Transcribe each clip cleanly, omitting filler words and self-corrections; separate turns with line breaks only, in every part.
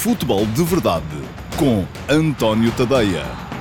Futebol de Verdade com António Tadeia.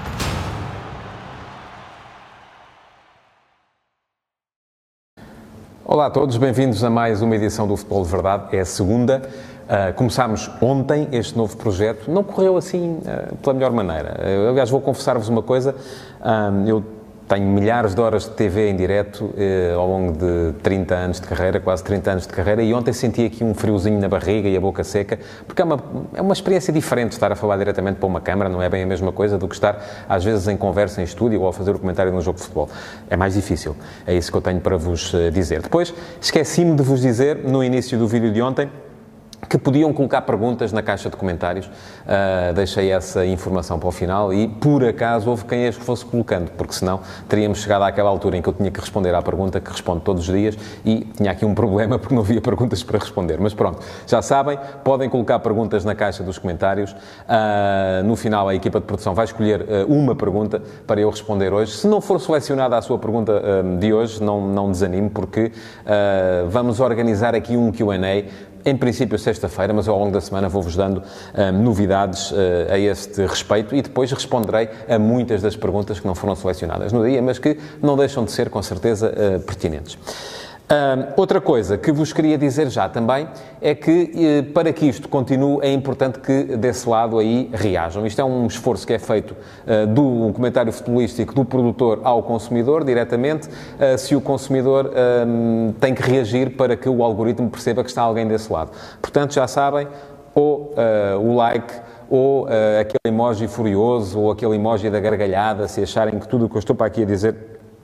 Olá a todos, bem-vindos a mais uma edição do Futebol de Verdade. É a segunda. Começámos ontem este novo projeto. Não correu assim pela melhor maneira. Aliás, vou confessar-vos uma coisa. Eu tenho milhares de horas de TV em direto ao longo de 30 anos de carreira, quase 30 anos de carreira, e ontem senti aqui um friozinho na barriga e a boca seca, porque é uma experiência diferente estar a falar diretamente para uma câmara, não é bem a mesma coisa do que estar, às vezes, em conversa em estúdio ou a fazer o comentário de um jogo de futebol. É mais difícil. É isso que eu tenho para vos dizer. Depois, esqueci-me de vos dizer, no início do vídeo de ontem, que podiam colocar perguntas na caixa de comentários. Deixei essa informação para o final e, por acaso, houve quem as fosse colocando, porque senão teríamos chegado àquela altura em que eu tinha que responder à pergunta que respondo todos os dias e tinha aqui um problema porque não havia perguntas para responder. Mas pronto, já sabem, podem colocar perguntas na caixa dos comentários. No final, a equipa de produção vai escolher uma pergunta para eu responder hoje. Se não for selecionada a sua pergunta de hoje, não desanime, porque vamos organizar aqui um Q&A. Em princípio, sexta-feira, mas ao longo da semana vou-vos dando novidades a este respeito e depois responderei a muitas das perguntas que não foram selecionadas no dia, mas que não deixam de ser, com certeza, pertinentes. Outra coisa que vos queria dizer já também é que, para que isto continue, é importante que desse lado aí reajam. Isto é um esforço que é feito do comentário futebolístico do produtor ao consumidor, diretamente, se o consumidor tem que reagir para que o algoritmo perceba que está alguém desse lado. Portanto, já sabem, ou o like, ou aquele emoji furioso, ou aquele emoji da gargalhada, se acharem que tudo o que eu estou para aqui a dizer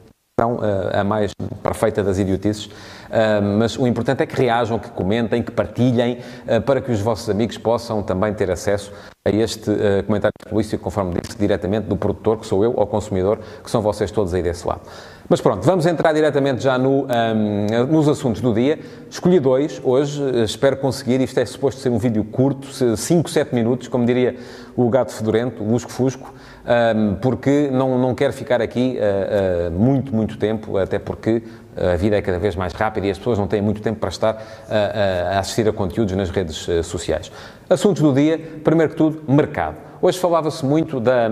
a mais perfeita das idiotices, mas o importante é que reajam, que comentem, que partilhem, para que os vossos amigos possam também ter acesso a este comentário futebolístico, conforme disse, diretamente do produtor, que sou eu, ao consumidor, que são vocês todos aí desse lado. Mas pronto, vamos entrar diretamente já nos assuntos do dia. Escolhi dois hoje, espero conseguir. Isto é suposto ser um vídeo curto, 5, 7 minutos, como diria o gato fedorento, o lusco-fusco, porque não quero ficar aqui muito tempo, até porque a vida é cada vez mais rápida e as pessoas não têm muito tempo para estar a assistir a conteúdos nas redes sociais. Assuntos do dia, primeiro que tudo, mercado. Hoje falava-se muito da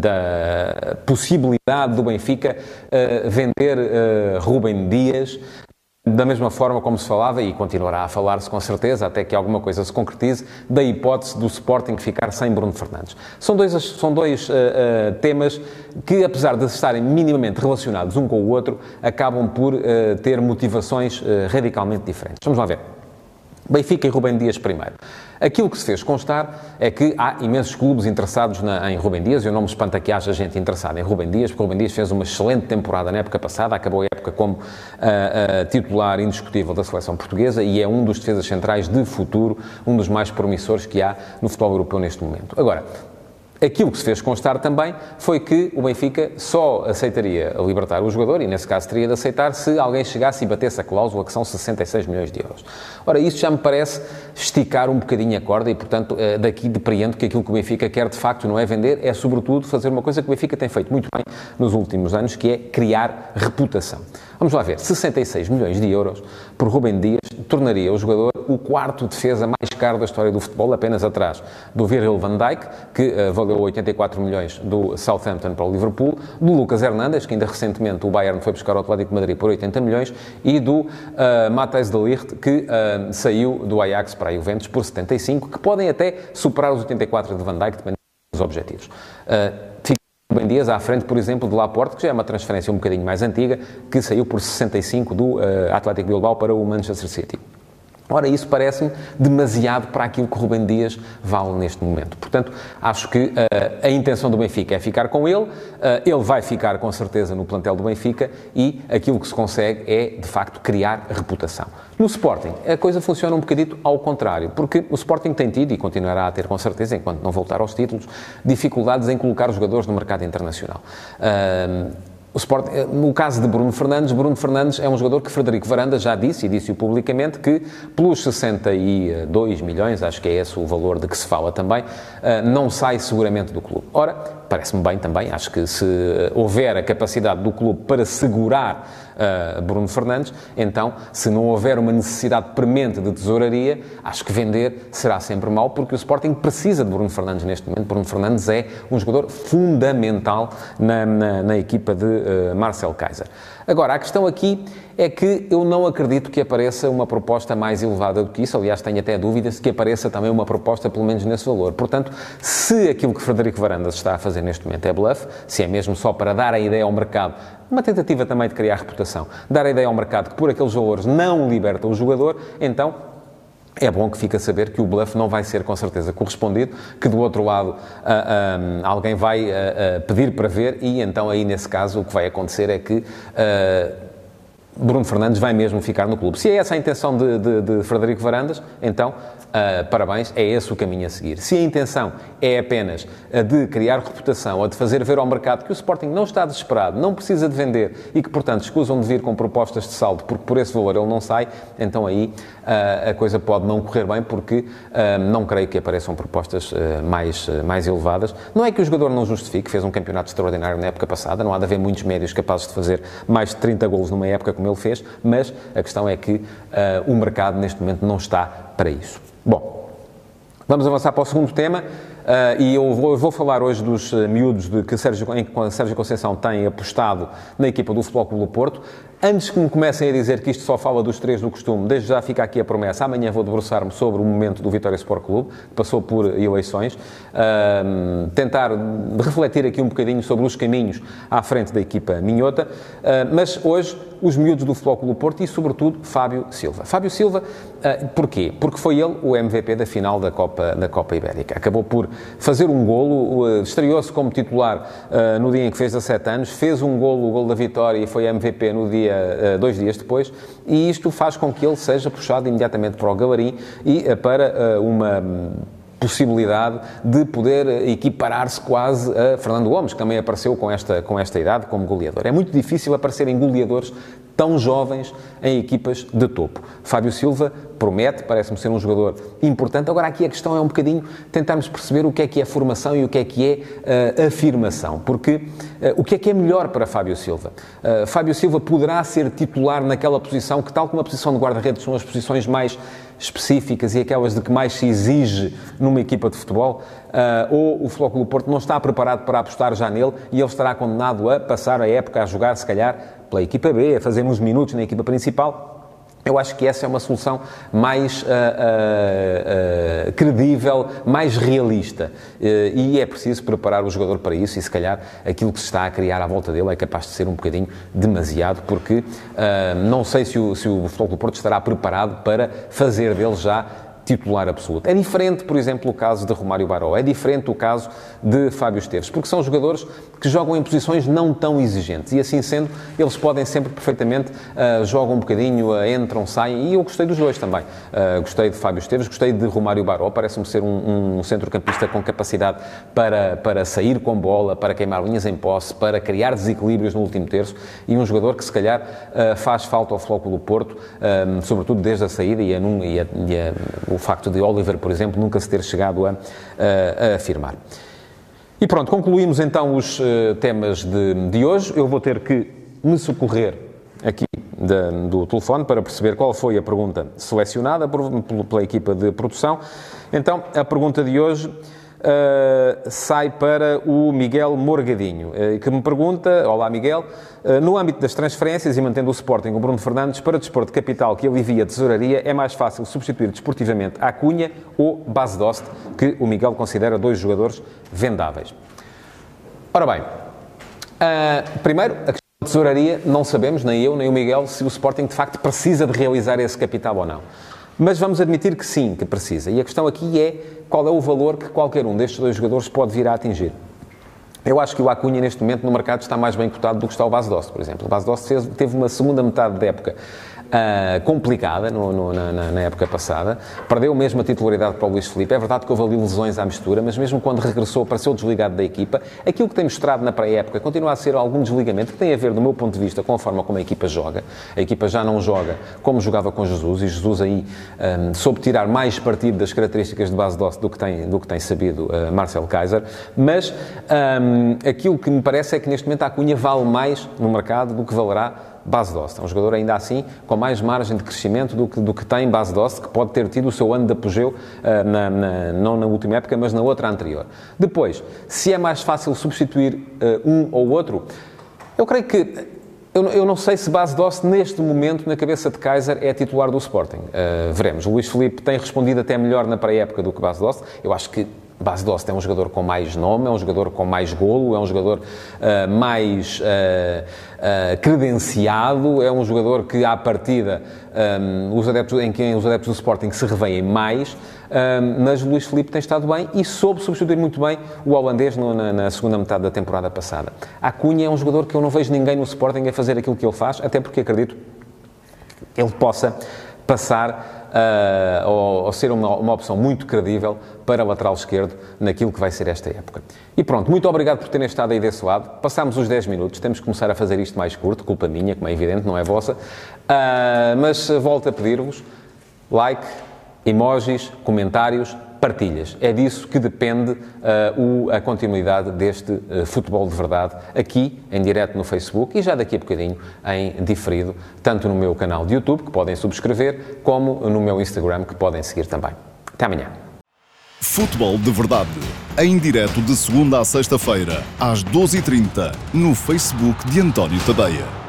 possibilidade do Benfica vender Rúben Dias, da mesma forma como se falava, e continuará a falar-se com certeza, até que alguma coisa se concretize, da hipótese do Sporting ficar sem Bruno Fernandes. São dois temas que, apesar de estarem minimamente relacionados um com o outro, acabam por ter motivações radicalmente diferentes. Vamos lá ver. Benfica e Rúben Dias primeiro. Aquilo que se fez constar é que há imensos clubes interessados em Rúben Dias. Eu não me espanta que haja gente interessada em Rúben Dias, porque Rúben Dias fez uma excelente temporada na época passada, acabou a época como titular indiscutível da seleção portuguesa e é um dos defesas centrais de futuro, um dos mais promissores que há no futebol europeu neste momento. Agora, aquilo que se fez constar também foi que o Benfica só aceitaria libertar o jogador, e nesse caso teria de aceitar, se alguém chegasse e batesse a cláusula, que são 66 milhões de euros. Ora, isso já me parece esticar um bocadinho a corda e, portanto, daqui depreendo que aquilo que o Benfica quer, de facto, não é vender, é, sobretudo, fazer uma coisa que o Benfica tem feito muito bem nos últimos anos, que é criar reputação. Vamos lá ver, 66 milhões de euros por Rúben Dias tornaria o jogador o quarto defesa mais caro da história do futebol, apenas atrás do Virgil van Dijk, que valeu 84 milhões do Southampton para o Liverpool, do Lucas Hernandes, que ainda recentemente o Bayern foi buscar ao Atlético de Madrid por 80 milhões, e do Matthijs de Ligt, que saiu do Ajax para a Juventus por 75, que podem até superar os 84 de Van Dijk, dependendo dos objetivos. Rúben Dias à frente, por exemplo, de Laporte, que já é uma transferência um bocadinho mais antiga, que saiu por 65 do Atlético de Bilbao para o Manchester City. Ora, isso parece-me demasiado para aquilo que Rúben Dias vale neste momento. Portanto, acho que a intenção do Benfica é ficar com ele, ele vai ficar com certeza no plantel do Benfica e aquilo que se consegue é, de facto, criar reputação. No Sporting, a coisa funciona um bocadito ao contrário, porque o Sporting tem tido, e continuará a ter com certeza, enquanto não voltar aos títulos, dificuldades em colocar os jogadores no mercado internacional. No caso de Bruno Fernandes é um jogador que Frederico Varanda já disse, e disse-o publicamente, que pelos 62 milhões, acho que é esse o valor de que se fala também, não sai seguramente do clube. Ora, parece-me bem também, acho que se houver a capacidade do clube para segurar Bruno Fernandes, então, se não houver uma necessidade premente de tesouraria, acho que vender será sempre mau, porque o Sporting precisa de Bruno Fernandes neste momento. Bruno Fernandes é um jogador fundamental na equipa de Marcel Keizer. Agora, a questão aqui é que eu não acredito que apareça uma proposta mais elevada do que isso. Aliás, tenho até dúvidas que apareça também uma proposta, pelo menos nesse valor. Portanto, se aquilo que Frederico Varandas está a fazer neste momento é bluff, se é mesmo só para dar a ideia ao mercado, uma tentativa também de criar reputação, dar a ideia ao mercado que por aqueles valores não liberta o jogador, então é bom que fique a saber que o bluff não vai ser com certeza correspondido, que do outro lado alguém vai pedir para ver e então aí nesse caso o que vai acontecer é que Bruno Fernandes vai mesmo ficar no clube. Se é essa a intenção de Frederico Varandas, então, parabéns, é esse o caminho a seguir. Se a intenção é apenas a de criar reputação ou de fazer ver ao mercado que o Sporting não está desesperado, não precisa de vender e que, portanto, escusam de vir com propostas de saldo porque por esse valor ele não sai, então aí a coisa pode não correr bem porque não creio que apareçam propostas mais elevadas. Não é que o jogador não justifique, fez um campeonato extraordinário na época passada, não há de haver muitos médios capazes de fazer mais de 30 golos numa época como ele fez, mas a questão é que o mercado neste momento não está para isso. Bom, vamos avançar para o segundo tema e eu vou falar hoje dos miúdos em que Sérgio Conceição tem apostado na equipa do Futebol Clube do Porto. Antes que me comecem a dizer que isto só fala dos três do costume, desde já fica aqui a promessa. Amanhã vou debruçar-me sobre o momento do Vitória Sport Clube, que passou por eleições, tentar refletir aqui um bocadinho sobre os caminhos à frente da equipa minhota, mas hoje os miúdos do Futebol Clube do Porto e, sobretudo, Fábio Silva. Fábio Silva, porquê? Porque foi ele o MVP da final da Copa Ibérica. Acabou por fazer um golo, estreou-se como titular no dia em que fez 17 anos, fez um golo, o golo da vitória, e foi MVP no dia 2 dias depois, e isto faz com que ele seja puxado imediatamente para o Gavarim e para uma possibilidade de poder equiparar-se quase a Fernando Gomes, que também apareceu com esta idade como goleador. É muito difícil aparecerem goleadores tão jovens em equipas de topo. Fábio Silva promete, parece-me ser um jogador importante. Agora aqui a questão é um bocadinho tentarmos perceber o que é formação e o que é afirmação, porque o que é melhor para Fábio Silva? Fábio Silva poderá ser titular naquela posição que, tal como a posição de guarda-redes, são as posições mais específicas e aquelas de que mais se exige numa equipa de futebol, ou o Futebol Clube do Porto não está preparado para apostar já nele e ele estará condenado a passar a época a jogar, se calhar, pela equipa B, a fazer uns minutos na equipa principal. Eu acho que essa é uma solução mais credível, mais realista. E é preciso preparar o jogador para isso e, se calhar, aquilo que se está a criar à volta dele é capaz de ser um bocadinho demasiado, porque não sei se o Futebol Clube do Porto estará preparado para fazer dele já titular absoluto. É diferente, por exemplo, o caso de Romário Baró, é diferente o caso de Fábio Esteves, porque são jogadores que jogam em posições não tão exigentes e, assim sendo, eles podem sempre perfeitamente, jogam um bocadinho, entram, saem, e eu gostei dos dois também. Gostei de Fábio Esteves, gostei de Romário Baró, parece-me ser um centrocampista com capacidade para sair com bola, para queimar linhas em posse, para criar desequilíbrios no último terço, e um jogador que, se calhar, faz falta ao Futebol Clube do Porto, sobretudo desde a saída o facto de Oliver, por exemplo, nunca se ter chegado a afirmar. E pronto, concluímos então os temas de hoje. Eu vou ter que me socorrer aqui do telefone para perceber qual foi a pergunta selecionada pela equipa de produção. Então, a pergunta de hoje sai para o Miguel Morgadinho, que me pergunta: olá Miguel, no âmbito das transferências e mantendo o Sporting o Bruno Fernandes, para dispor de capital que alivia a tesouraria, é mais fácil substituir desportivamente Acunha ou Bas Dost, que o Miguel considera dois jogadores vendáveis? Ora bem, primeiro, a questão da tesouraria, não sabemos, nem eu nem o Miguel, se o Sporting de facto precisa de realizar esse capital ou não. Mas vamos admitir que sim, que precisa. E a questão aqui é qual é o valor que qualquer um destes dois jogadores pode vir a atingir. Eu acho que o Acunha, neste momento, no mercado está mais bem cotado do que está o Bas Dost, por exemplo. O Bas Dost teve uma segunda metade da época complicada na época passada. Perdeu mesmo a titularidade para o Luís Filipe. É verdade que houve ali lesões à mistura, mas mesmo quando regressou, pareceu desligado da equipa. Aquilo que tem mostrado na pré-época continua a ser algum desligamento que tem a ver, do meu ponto de vista, com a forma como a equipa joga. A equipa já não joga como jogava com Jesus, e Jesus aí soube tirar mais partido das características de Bas Dost do que tem sabido Marcel Keizer. Mas aquilo que me parece é que neste momento a Acunha vale mais no mercado do que valerá Bas Dost. É um jogador ainda assim com mais margem de crescimento do que tem Bas Dost, que pode ter tido o seu ano de apogeu, não na última época, mas na outra anterior. Depois, se é mais fácil substituir um ou outro, eu creio que... Eu não sei se Bas Dost, neste momento, na cabeça de Kaiser, é titular do Sporting. Veremos. O Luís Filipe tem respondido até melhor na pré-época do que Bas Dost. Eu acho que Bas Dost é um jogador com mais nome, é um jogador com mais golo, é um jogador mais credenciado, é um jogador que, à partida, em quem os adeptos do Sporting se revêem mais, mas o Luís Filipe tem estado bem e soube substituir muito bem o holandês na segunda metade da temporada passada. A Cunha é um jogador que eu não vejo ninguém no Sporting a fazer aquilo que ele faz, até porque acredito que ele possa passar ou ser uma opção muito credível para lateral esquerdo naquilo que vai ser esta época. E pronto, muito obrigado por terem estado aí desse lado. Passámos os 10 minutos, temos que começar a fazer isto mais curto, culpa minha, como é evidente, não é vossa, mas volto a pedir-vos like, emojis, comentários, partilhas. É disso que depende a continuidade deste Futebol de Verdade, aqui, em direto no Facebook e já daqui a bocadinho em diferido, tanto no meu canal de YouTube, que podem subscrever, como no meu Instagram, que podem seguir também. Até amanhã.
Futebol de Verdade, em direto de segunda a sexta-feira, às 12h30, no Facebook de António Tadeia.